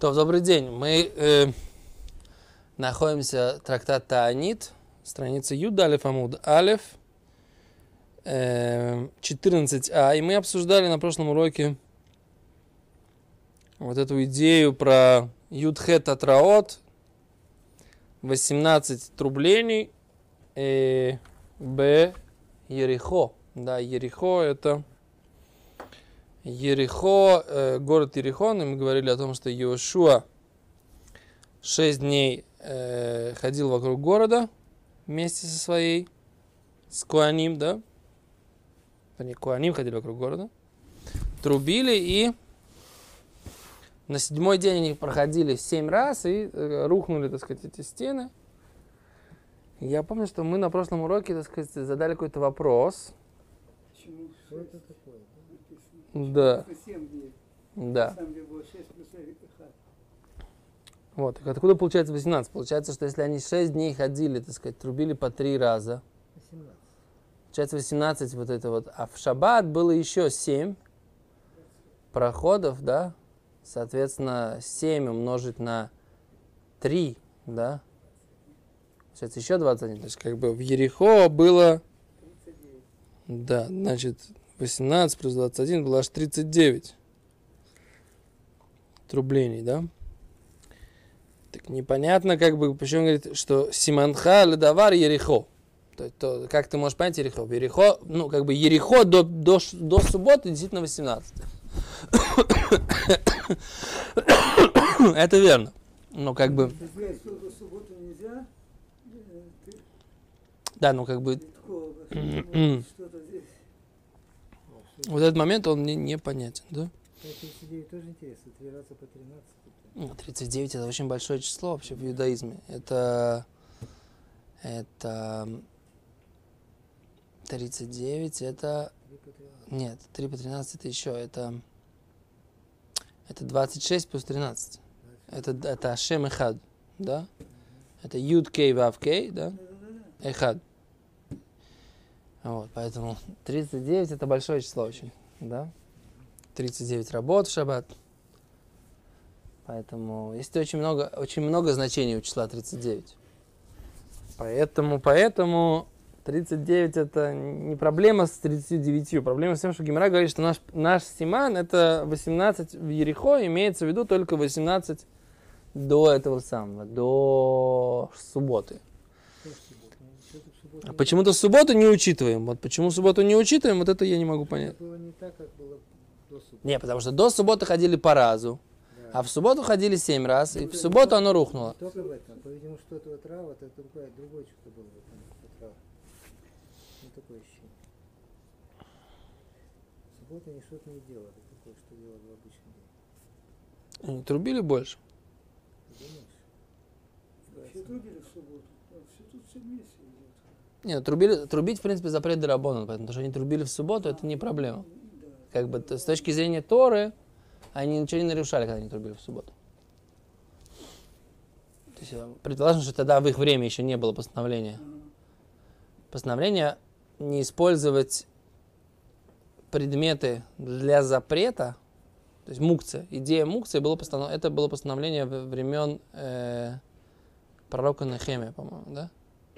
То, добрый день. Мы находимся в трактат Таанит, страница Юд Алеф Амуд Алеф, 14а. И мы обсуждали на прошлом уроке вот эту идею про Юдхет Атраот, 18 трублений, Б. Ерихо. Да, Ерихо это... Ерихо, город Ерихон, и мы говорили о том, что Йошуа 6 дней ходил вокруг города вместе со своей, с Коаним, да? Они Коаним ходили вокруг города, трубили, и на 7-й день они проходили 7 раз, и рухнули, так сказать, эти стены. Я помню, что мы на прошлом уроке, так сказать, задали какой-то вопрос. Почему? Что это такое? Да. 7 дней. Да. На самом деле было 6 плюс 1. Вот. Так откуда получается 18? Получается, что если они 6 дней ходили, так сказать, трубили по 3 раза. 18. Получается 18 вот это вот. А в шаббат было еще 7 проходов, да? Соответственно, 7 умножить на 3, да? Получается еще 21. То есть как бы в Ерихо было... 39. Да, значит... 18 плюс 21 было аж 39 трублений, да? Так непонятно, как бы, почему говорит, что Симанха ледавар Ерихо. То, как ты можешь понять Ерихо? Ерихо, ну, как бы Ерихо до субботы действительно 18. Это верно. Но как бы... Ты что до субботы нельзя? Да, ну как бы... Что-то здесь. Вот этот момент, он мне непонятен, да? 39 тоже интересно, 3 раза по 13. 39 это очень большое число вообще в иудаизме. Это 39 это... Нет, 3 по 13 это еще, это 26 плюс 13. Это Ашем Эхад, да? Это Юд Кей Вав Кей, да? Эхад. Вот, поэтому 39 это большое число очень, да? 39 работ в шаббат. Поэтому есть очень много значений у числа 39. Поэтому 39 это не проблема с 39. Проблема с тем, что Гемара говорит, что наш симан это 18 в Ерихо, имеется в виду только 18 до этого самого, до субботы. А почему-то субботу не учитываем. Вот почему субботу не учитываем, вот это я не могу понять. Было не так, как было до субботы. Не, потому что до субботы ходили по разу, Да. а в субботу ходили 7 раз, и в субботу оно рухнуло. Только в этом. По-видимому, что-то вот трава, это другое что-то было в этом. Трава. Не такое ощущение. В субботу они что-то не делали, такое, что делали в обычный день. Они трубили больше. Ты думаешь? Все трубили в субботу, все тут все вместе идет. Нет, трубить, в принципе, запрет Дарабонан, поэтому то, что они трубили в субботу, это не проблема. Да. Как бы с точки зрения Торы, они ничего не нарушали, когда они трубили в субботу. То есть, предположим, что тогда в их время еще не было постановления. Постановление не использовать предметы для запрета, то есть мукция. Идея мукции это было постановление времен пророка Нехемия, по-моему, да?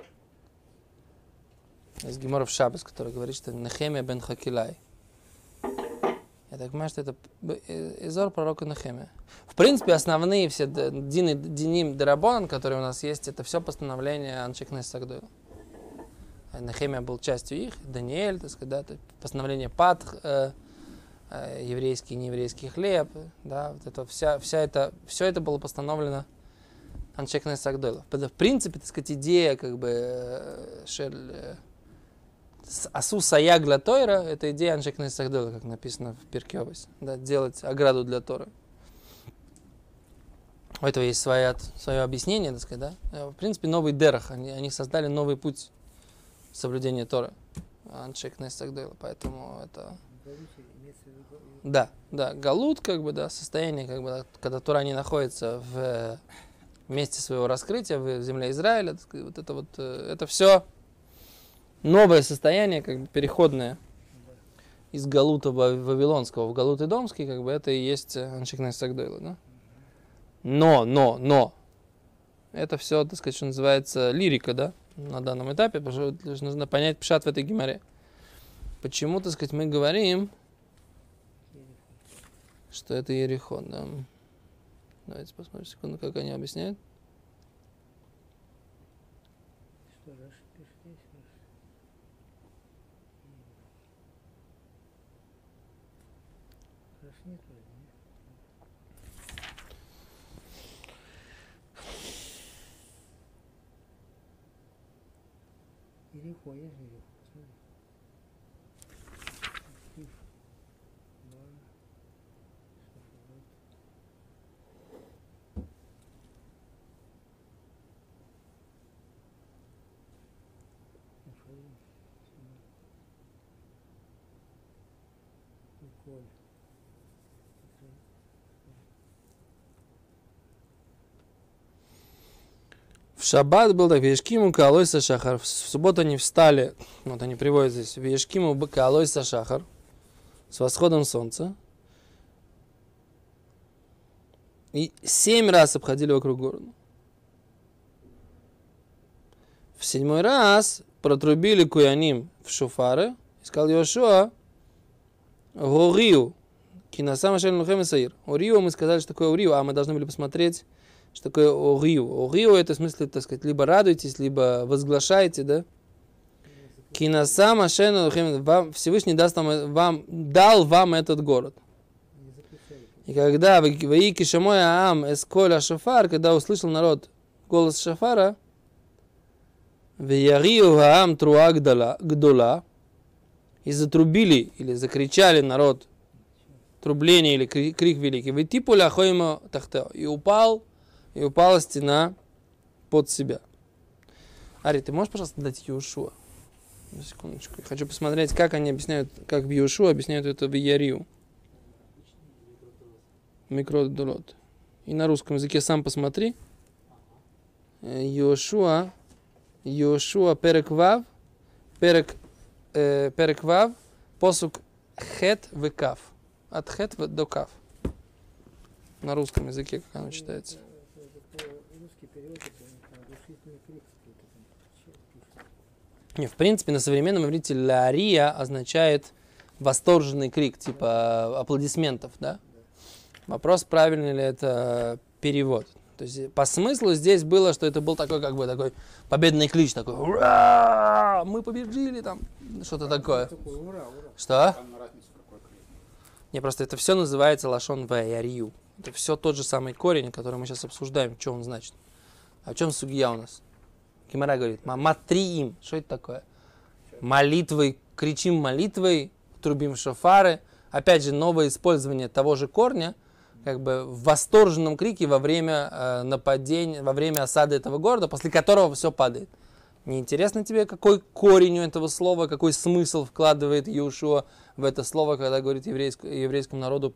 Есть Гемора в Шаббас, который говорит, что Нехемия бен Хакилай. Я так понимаю, что это изор пророка Нехемия. В принципе, основные все диним дерабонан, которые у нас есть, это все постановление Аншей Кнессет Агдойла. Нехемия был частью их, Даниэль, так сказать, да, постановление Патх, еврейский и нееврейский хлеб, да, вот это все это было постановлено Аншей Кнессет Агдойла. В принципе, так сказать, идея как бы Асу саяг для Тойра, это идея Аншей Кнессет Агдойла, как написано в Пиркей Авос, да, делать ограду для Торы. У этого есть свое объяснение, так сказать, да. В принципе, новый дерах, они создали новый путь соблюдения Торы. Аншей Кнессет Агдойла, поэтому это... Да, галут, как бы, да, состояние, как бы, когда Тора не находится в месте своего раскрытия, в земле Израиля, вот это все новое состояние, как бы переходное из галута вавилонского в галут идомский, как бы это и есть Аншей Кнессет Агдойла, да? Но. Это все, так сказать, что называется лирика, да, на данном этапе, потому что нужно понять пшат в этой гемаре. Почему, так сказать, мы говорим, что это Ерихон, да? Давайте посмотрим секунду, как они объясняют. Что Раши пишет здесь? Раши нет вроде, нет? Ерехо, есть же Ерехо, посмотри. Киф, Бар, Шафарот. Эфраим, Симон, Уколь. В шаббат был так, Вешкиму Каалойса Шахар. В субботу они встали, вот они приводят здесь, Вешкиму Каалойса Шахар, с восходом солнца. И 7 раз обходили вокруг города. В 7-й раз протрубили куяним в шофары, и сказал Йошуа, Горию, кинасама шель нухем саир. Орию мы сказали, что такое Орию, а мы должны были посмотреть, что такое Орию. Орию это в смысле, так сказать, либо радуйтесь, либо возглашайте, да? Кинасама шель нухем, Всевышний даст вам, дал вам этот город. И когда Ваики Шамой Аам Эсколя Шофар, когда услышал народ голос шофара, Веярию Аам Труа Гдола, и затрубили или закричали народ трубление или крик великий, Витипуля Хоймо Тахтео, и упала стена под себя. Ари, ты можешь, пожалуйста, дать Йошуа? На секундочку. Я хочу посмотреть, как они объясняют, как в Йошуа объясняют это в Ярию. Микродулот. И на русском языке сам посмотри. Йошуа Перек Вав, посук Хет Векав. От Хет до Кав. На русском языке, как оно читается. Русский перевод это душительный крик. Не, в принципе, на современном иврите лария означает восторженный крик, типа аплодисментов, да? Вопрос, правильный ли это перевод. То есть по смыслу здесь было, что это был такой, как бы, такой победный клич, такой «Ура! Мы победили!» там, что-то такое. Такой, ура, ура. Что? Не, просто это все называется лашон ваярию. Это все тот же самый корень, который мы сейчас обсуждаем, что он значит. А в чем сугия у нас? Гемара говорит, матриим, что это такое? Молитвой, кричим молитвой, трубим шофары. Опять же, новое использование того же корня, как бы в восторженном крике во время нападения, во время осады этого города, после которого все падает. Не интересно тебе, какой корень у этого слова, какой смысл вкладывает Йошуа в это слово, когда говорит еврейскому народу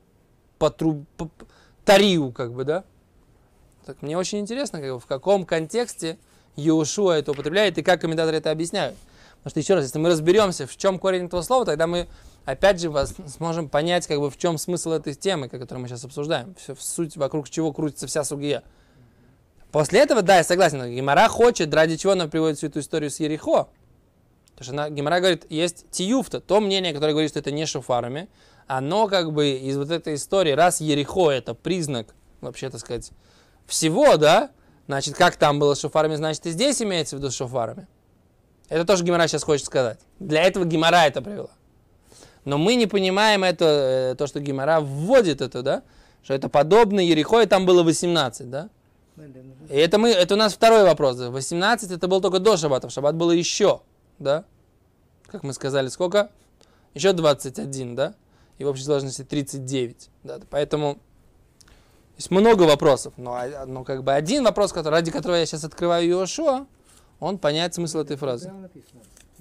тарию, как бы, да? Так мне очень интересно, как бы, в каком контексте Йошуа это употребляет и как комментаторы это объясняют. Потому что, еще раз, если мы разберемся, в чем корень этого слова, тогда мы опять же сможем понять, как бы, в чем смысл этой темы, которую мы сейчас обсуждаем. Все, в суть, вокруг чего крутится вся сугия. После этого, да, я согласен, Гемара хочет, ради чего она приводит всю эту историю с Ерихо. Потому что Гемара говорит, есть тиюфта, то мнение, которое говорит, что это не шофарами, оно как бы из вот этой истории, раз Ерихо это признак, вообще, так сказать, всего, да, значит, как там было с шофарами, значит, и здесь имеется в виду с шофарами. Это тоже Гемара сейчас хочет сказать. Для этого Гемара это привела. Но мы не понимаем это, то, что Гемара вводит это, да, что это подобно Ерихо, и там было 18, да. И это у нас второй вопрос. 18 это был только до шаббата, в шаббат было еще, да. Как мы сказали, сколько? Еще 21, да. И в общей сложности 39, да. Поэтому есть много вопросов, но как бы один вопрос, ради которого я сейчас открываю Йошуа, он понять смысл этой фразы. Прямо написано.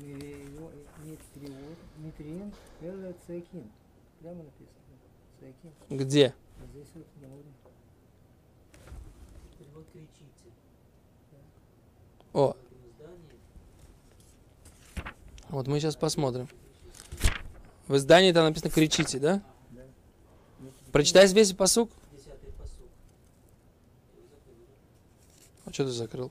Нитриен, это цейкин. Прямо написано. Цейкин. Где? Здесь вот на уровне. Вы кричите. О, В издании вот мы сейчас посмотрим. В издании там написано «кричите», да? Да. Прочитай весь пасук. 10-й пасук. А что ты закрыл?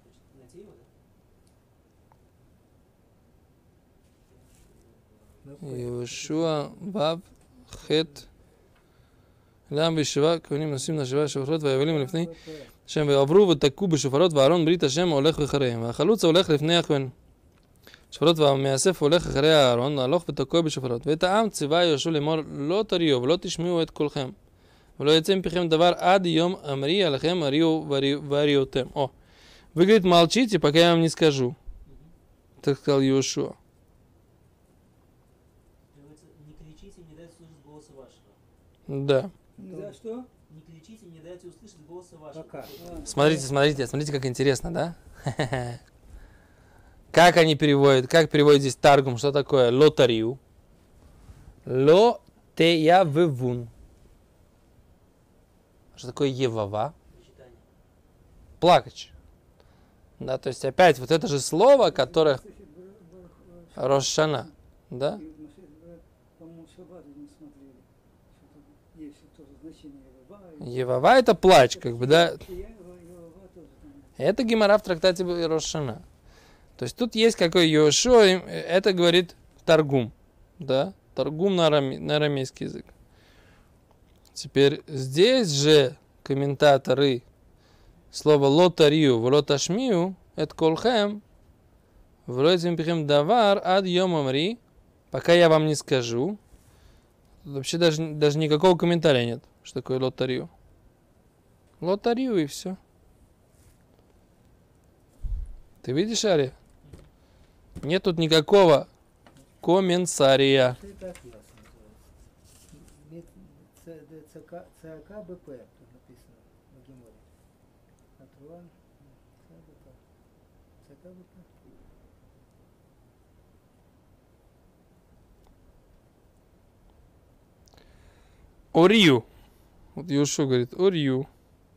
Йошуа Вав Хет Лям Бишива Куним Насим Нашива Шофрот Ваявелим Лифней Шем Вавру Ватаку Бишофрот Ваарон Брит Ашем Олех Вехареем והחלוץ הולך לפני הכהן שופרות והמאסף הולך אחרי הארון להלוך ותקוע בשופרות ואת העם ציווה יהושע לאמור לא תריעו ולא תשמיעו את קולכם ולא יצא מפיכם דבר עד יום אמרי עליכם הריעו והריעותם. Вы, говорит, молчите, пока я вам не скажу. Так сказал Йошуа. Не кричите, не дайте услышать голоса вашего. Да. Да что? Не кричите, не дайте услышать голоса вашего. Пока. Смотрите, как интересно, да? Как они переводят, как переводят здесь Таргум, что такое лотарию? Ло-те-я-вевун. Что такое евава? Плакать. Да, то есть опять вот это же слово, которое Рошана, да? По-моему, Шаббат не смотрели. Есть тоже значение Евава. Евава это плач, как бы, да? Это гемара в трактате Рошана. То есть тут есть какой Йошуа, это говорит Таргум, да? Таргум на арамейский язык. Теперь здесь же комментаторы слово лотарию, волоташмию, это колхем, волотимпихем давар ад йом амри, пока я вам не скажу. Вообще даже никакого комментария нет, что такое лотарию. Лотарию и все. Ты видишь, Ари? Нет тут никакого комментария. Что это отъяс называется? ЦКБП тут написано на Геморе. Атруан ЦКБП. Орию. Вот Йошуа говорит, Орию.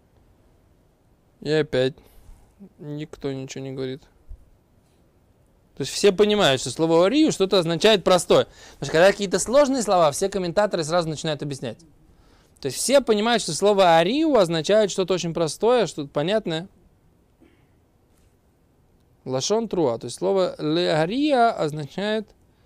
И опять никто ничего не говорит. То есть все понимают, что слово «орию» что-то означает простое. Потому что когда какие-то сложные слова, все комментаторы сразу начинают объяснять. То есть все понимают, что слово «орию» означает что-то очень простое, что-то понятное. Лашон труа. То есть слово «леария» означает...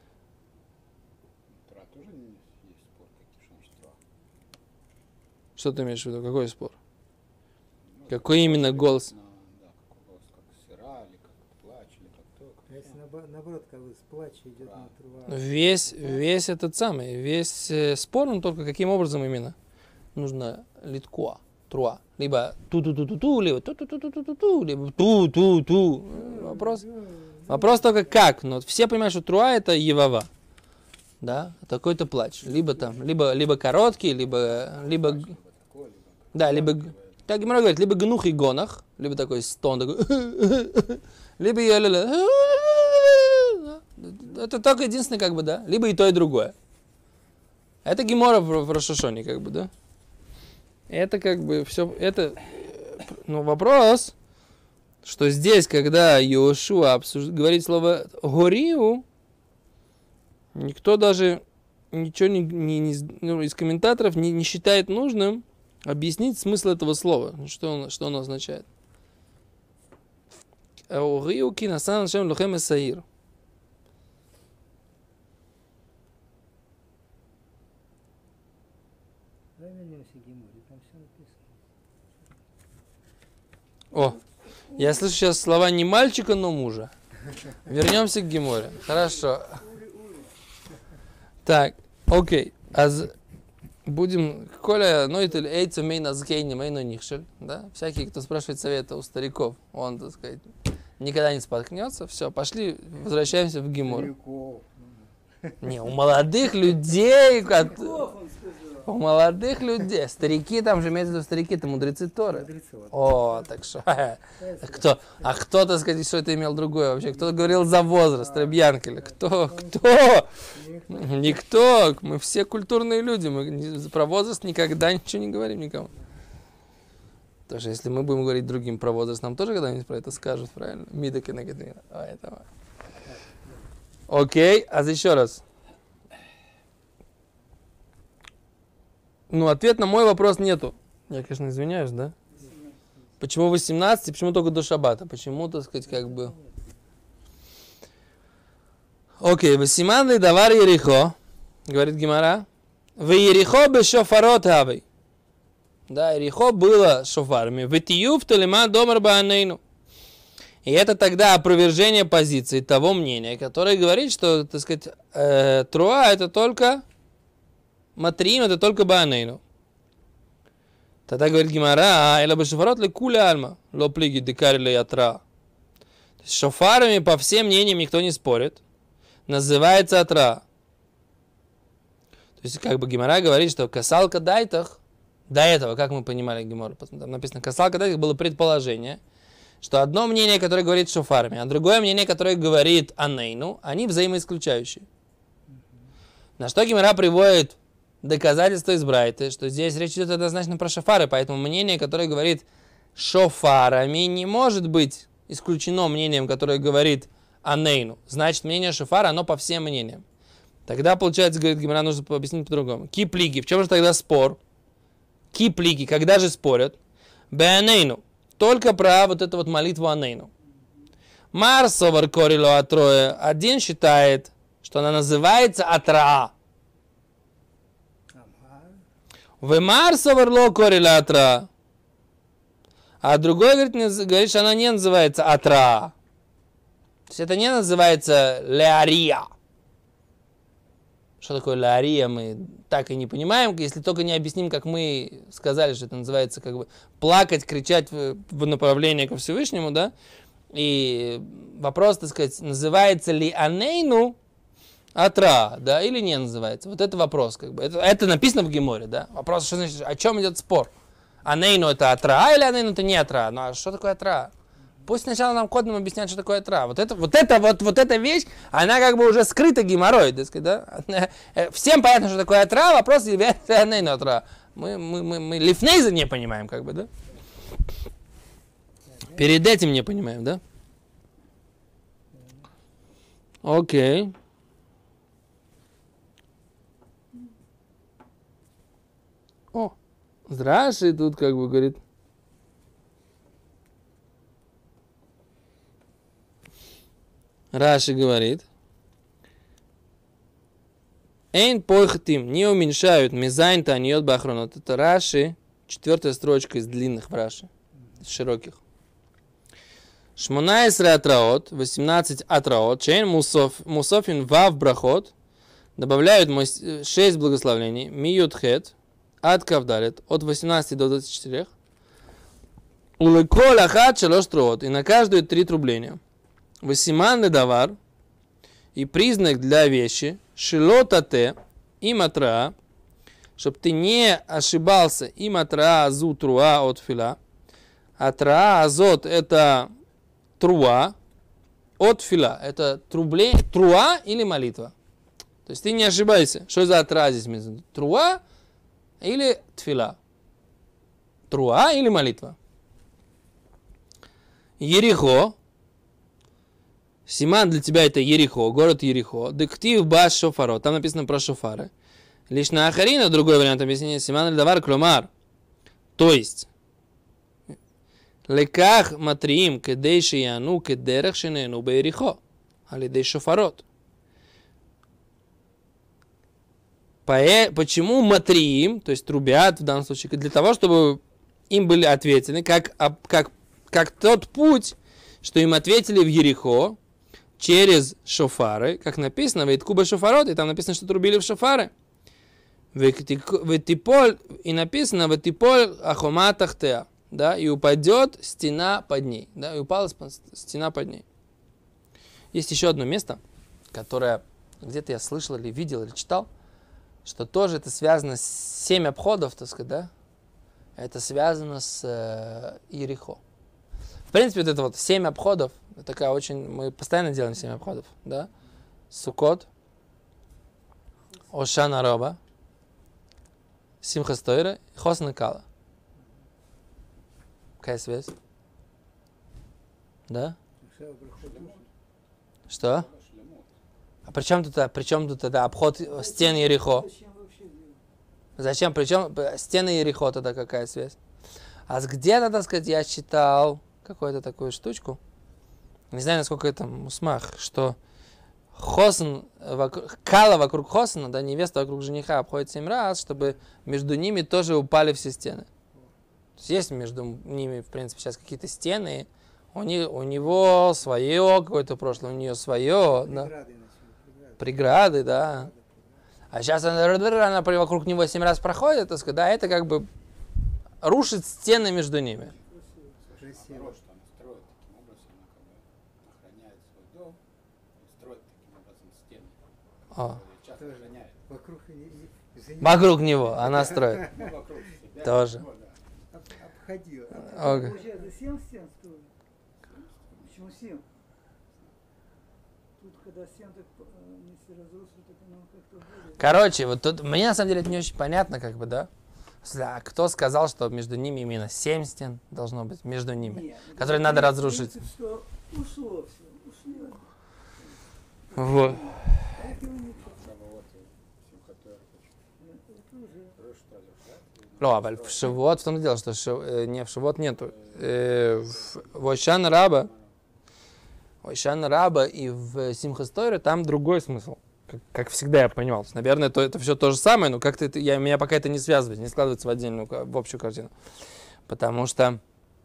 Тра тоже есть спор, какие что значит тра. Что ты имеешь в виду? Какой спор? Какой именно голос? Да, какой голос, как сыра, или как плач, или как то. А если наоборот, как бы с плача идет на труа. Весь этот самый, весь спор, он только каким образом именно? Нужно литкуа, труа. Либо ту-ту-ту-ту-ту, либо ту-ту-ту-ту-ту-ту, либо ту-ту-ту. Вопрос только как. Но все понимают, что труа это евава. Да, это какой-то плач. Либо там, либо короткий, либо да, либо, как Гемара говорит, либо гнух и гонах, либо такой стон, такой, либо это только единственное, как бы, да, либо и то, и другое. Это Гемора в Рошашоне, как бы, да. Это как бы все, это, ну, вопрос, что здесь, когда Йошуа говорит слово «горию», никто даже ничего из комментаторов не считает нужным объяснить смысл этого слова, что оно означает. «Горию кинасан шем лохем эсаир». О, я слышу сейчас слова не мальчика, но мужа. Вернемся к Геморе. Хорошо. Так, окей. Будем, Коля, ну это эйца мейна сгейни мейно нихшель, да? Всякий, кто спрашивает совета у стариков, он, так сказать, никогда не споткнется. Все, пошли, возвращаемся в Гемор. Не, у молодых людей, у молодых людей, старики, там же имеется в виду старики, это мудрецы Торы. О, так что, кто, так сказать, что это имел другое вообще? Кто говорил за возраст, Рабьянкель? Кто? Никто, мы все культурные люди, мы про возраст никогда ничего не говорим никому. Потому что если мы будем говорить другим про возраст, нам тоже когда-нибудь про это скажут, правильно? Мидак и нагадмир. Окей, а еще раз. Ну, ответ на мой вопрос нету. Я, конечно, извиняюсь, да? Почему 18 и почему только до шаббата? Почему, так сказать, как бы... Окей, Васиман ли давар Ерихо, говорит Гемара, в Ерихо бы шофарот авей. Да, Ерихо было шофарами. В Итиюв талиман домар баанейну. И это тогда опровержение позиции того мнения, которое говорит, что, так сказать, труа это только матрим, это только баанейну. Тогда говорит Гемара, эла бы шофарот ли куля альма, ло плиги декари ли ятра. С шофарами по всем мнениям никто не спорит. Называется атра. То есть, как бы Гемара говорит, что касалка дайтах, до этого, как мы понимали Гемору, там написано касалка дайтах, было предположение, что одно мнение, которое говорит шофарами, а другое мнение, которое говорит анейну, они взаимоисключающие. На что Гемара приводит доказательство из Брайты, что здесь речь идет однозначно про шофары, поэтому мнение, которое говорит шофарами, не может быть исключено мнением, которое говорит анейну. Значит, мнение шофара, оно по всем мнениям. Тогда, получается, говорит Гемара, нужно объяснить по-другому. Киплиги, в чем же тогда спор? Киплиги, когда же спорят? Беанейну. Только про вот эту вот молитву анейну. Марсовар корило атрое. Один считает, что она называется атра. В Марсовар ло корило атра. А другой говорит, что она не называется атра. То есть это не называется леария. Что такое леария, мы так и не понимаем, если только не объясним, как мы сказали, что это называется как бы плакать, кричать в направлении ко Всевышнему, да? И вопрос, так сказать, называется ли анейну атра, да, или не называется? Вот это вопрос, как бы. Это написано в Геморе, да? Вопрос, что значит, о чем идет спор? Анейну это атра или анейну это не атра? Ну а что такое атра? Пусть сначала нам кодным объяснят, что такое атра. Вот эта вещь, она как бы уже скрыта геморрой, так сказать, да? Всем понятно, что такое атра, вопрос является анейну атра. Мы лифнейза не понимаем, как бы, да? Перед этим не понимаем, да? Окей. О, Раши тут как бы говорит. Раши говорит, Эйн пойхтим, не уменьшают мизайн таниот бахронот. Это Раши, 4-я строчка из длинных в Раши, из широких. Шмонайсре атраот, 18 атраот, чейн мусофин вав брахот, добавляют 6 благословений, миют хет, ад кавдалет, от 18 до 24, улекол ахат шалош троот, и на каждую 3 трубления. Васиман ледавар, и признак для вещи, шилотате, им атра, чтобы ты не ошибался, им атра азу труа от фила. Атра азот это труа, от фила, это труа или молитва. То есть ты не ошибайся. Что за атра здесь? Труа или тфила? Труа или молитва? Ерихо. Симан для тебя это Ерихо, город Ерихо. Дектив баш шофаро. Там написано про шофары. Лишь на Ахарина, другой вариант объяснения. Симан аль-давар кломар. То есть, леках матриим кедей шияну кедерех шинену беерихо. Алидей шофарот. Почему матриим, то есть трубят в данном случае, для того, чтобы им были ответены, как тот путь, что им ответили в Ерихо, через шофары, как написано, вейткуба шофарот, и там написано, что трубили в шофары. Ветиполь, и написано, ветиполь ахома тахтеа, да, и упадет стена под ней, да, и упала стена под ней. Есть еще одно место, которое где-то я слышал, или видел, или читал, что тоже это связано с 7 обходов, так сказать, да, это связано с Ерихо. В принципе, вот это вот 7 обходов, такая очень, мы постоянно делаем 7 обходов, да? Суккот, Ошана Роба, Симхас Тойра и Хосна Кала. Какая связь? Да? Что? А при чем тут это обход стен Ерихо? Зачем? Причем стены Ерихо тогда какая связь? А где-то, так сказать, я читал какую-то такую штучку, не знаю, насколько это мусмах, что кала вокруг хосана, да, невеста вокруг жениха обходит 7 раз, чтобы между ними тоже упали все стены. То есть между ними, в принципе, сейчас какие-то стены, у него свое какое-то прошлое, у нее свое, да. Преграды, да. А сейчас она вокруг него 7 раз проходит, так сказать, да, это как бы рушит стены между ними. Наоборот, что она строит таким образом, она как бы охраняет свой дом и строит таким образом стены. Часто охраняет. Вокруг него она строит. Ну, вокруг себя. Тоже. Ну, да. Обходила. Окей. Получается, 7 стен строили. Почему 7? Тут, когда 7, так если разрушили, так оно как-то будет. Короче, вот тут мне на самом деле это не очень понятно, как бы, да? А кто сказал, что между ними именно 7 стен должно быть между ними, Нет, которые надо разрушить? Принцип, что ушло все, ушли. Вот. Так его не Шавуот и Симхат-Тора. это уже. Тоже что ли, да? В Шавуот, в том-то дело, что не в Шавуот нету. В Ошан Раба и в Симхат-Торе там другой смысл. Как всегда я понимал. То есть, наверное, это все то же самое, но как-то меня пока это не связывает, не складывается в отдельную, в общую картину. Потому что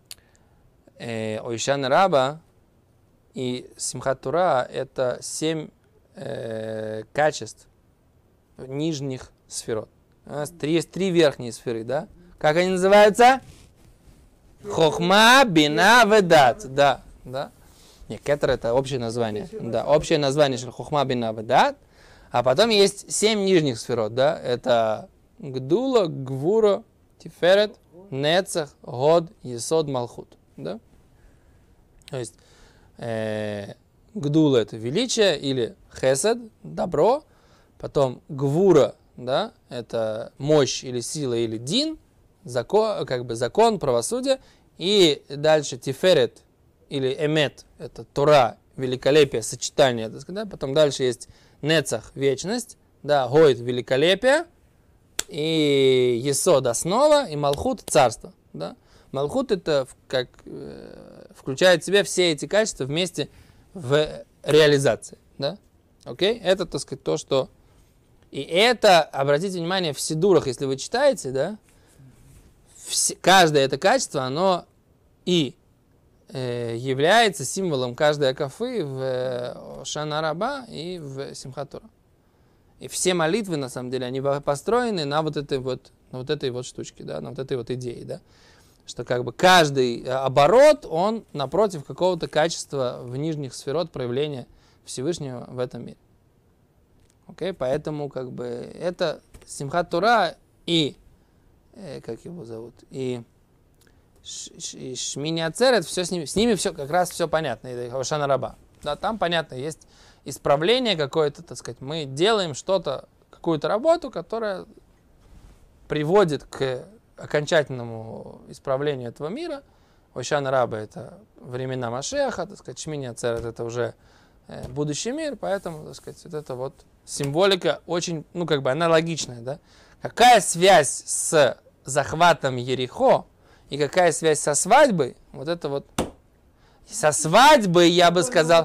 Ойшан Раба и Симхат Тора это 7 качеств нижних сферот. У нас есть 3 верхние сферы, да? Как они называются? Хохма, бина, ведат. Да, да. Нет, кетер это общее название. Да, общее название хохма, бина, ведат. А потом есть 7 нижних сферот, да? Это Гдула, Гвура, Тиферет, Нецах, Год, Есод, Малхут, да? То есть Гдула это величие или Хесед, добро. Потом Гвура, да? Это мощь или сила или Дин, закон, как бы закон, правосудие. И дальше Тиферет или Эмет, это Тора, великолепие, сочетание, так сказать, да? Потом дальше есть Нецах – вечность, да, Гойд – великолепие, и Есод – основа, и Малхут – царство. Да? Малхут – это включает в себя все эти качества вместе в реализации. Да? Окей? Это, так сказать, то, что... И это, обратите внимание, в сидурах, если вы читаете, да, каждое это качество, оно и является символом каждой акафы в Шана Раба и в Симхат Тора. И все молитвы, на самом деле, они построены на вот этой вот штучке, да, на вот этой вот идее, да, что как бы каждый оборот, он напротив какого-то качества в нижних сферот проявления Всевышнего в этом мире. Окей, поэтому как бы это Симхат Тора и, как его зовут, и Шмини Ацерет, все с ними все как раз все понятно, и Шана Раба. Да, там понятно, есть исправление какое-то, так сказать, мы делаем что-то, какую-то работу, которая приводит к окончательному исправлению этого мира. Шана Раба это времена Машеха, так сказать, Шмини Ацерет это уже будущий мир, поэтому, так сказать, вот эта вот символика очень, ну, как бы аналогичная, да. Какая связь с захватом Ерихо и какая связь со свадьбой? Вот это вот. Со свадьбой, я бы сказал...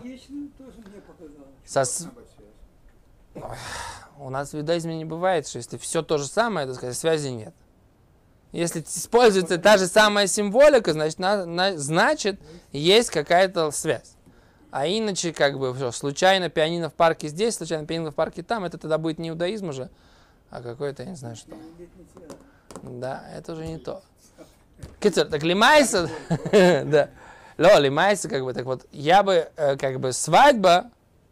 У нас в иудаизме не бывает, что если все то же самое, так сказать, связи нет. Если используется та же самая символика, значит есть какая-то связь. А иначе, как бы, все, случайно пианино в парке здесь, случайно пианино в парке там, это тогда будет не иудаизм уже, а какой-то, я не знаю, что. Да, это уже не то. Кицер, так лимайса, да. Лимайса, как бы, так вот, я бы, как бы, свадьба,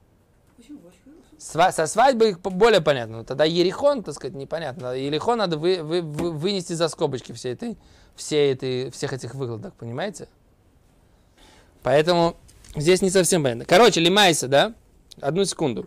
со свадьбой более понятно, но тогда Ерихон, так сказать, непонятно. Ерихон надо вынести за скобочки всех этих выкладок, понимаете? Поэтому здесь не совсем понятно. Короче, лимайса, да? Одну секунду.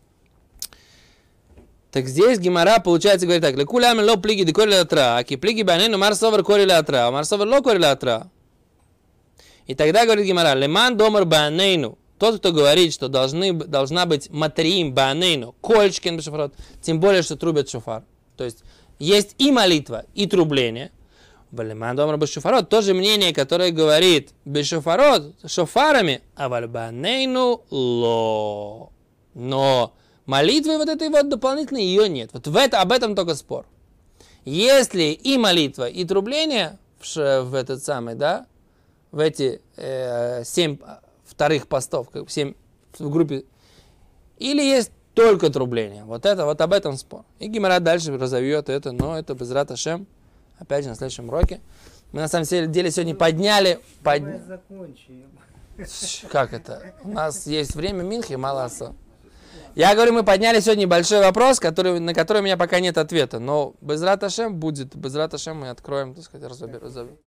Так здесь Гемара, получается, говорит так. Лекулям ло плиги де кори латра, аки плиги банену марсовер кори латра, марсовер ло кори латра. И тогда говорит Гемара, леман домар банейну. Тот, кто говорит, что должна быть матриим банейну, кольчкин бешофарот, тем более, что трубят шофар. То есть, есть и молитва, и трубление. Валиман бешофарот. Тоже мнение, которое говорит бешофарот, шофарами, а вальбанейну ло. Но молитвы вот этой вот дополнительной ее нет. Вот об этом только спор. Если и молитва, и трубление в этот самый, да, в эти 7 вторых постов, 7 в группе, или есть только трубление. Вот об этом спор. И Гемара дальше разовьет это, но это безрат Ашем. Опять же на следующем уроке. Мы на самом деле сегодня подняли... Давай закончим. Как это? У нас есть время Минхи, маласа. Я говорю, мы подняли сегодня небольшой вопрос, на который у меня пока нет ответа. Но безрат Ашем будет. Безрат Ашем мы откроем, так сказать, разобьем.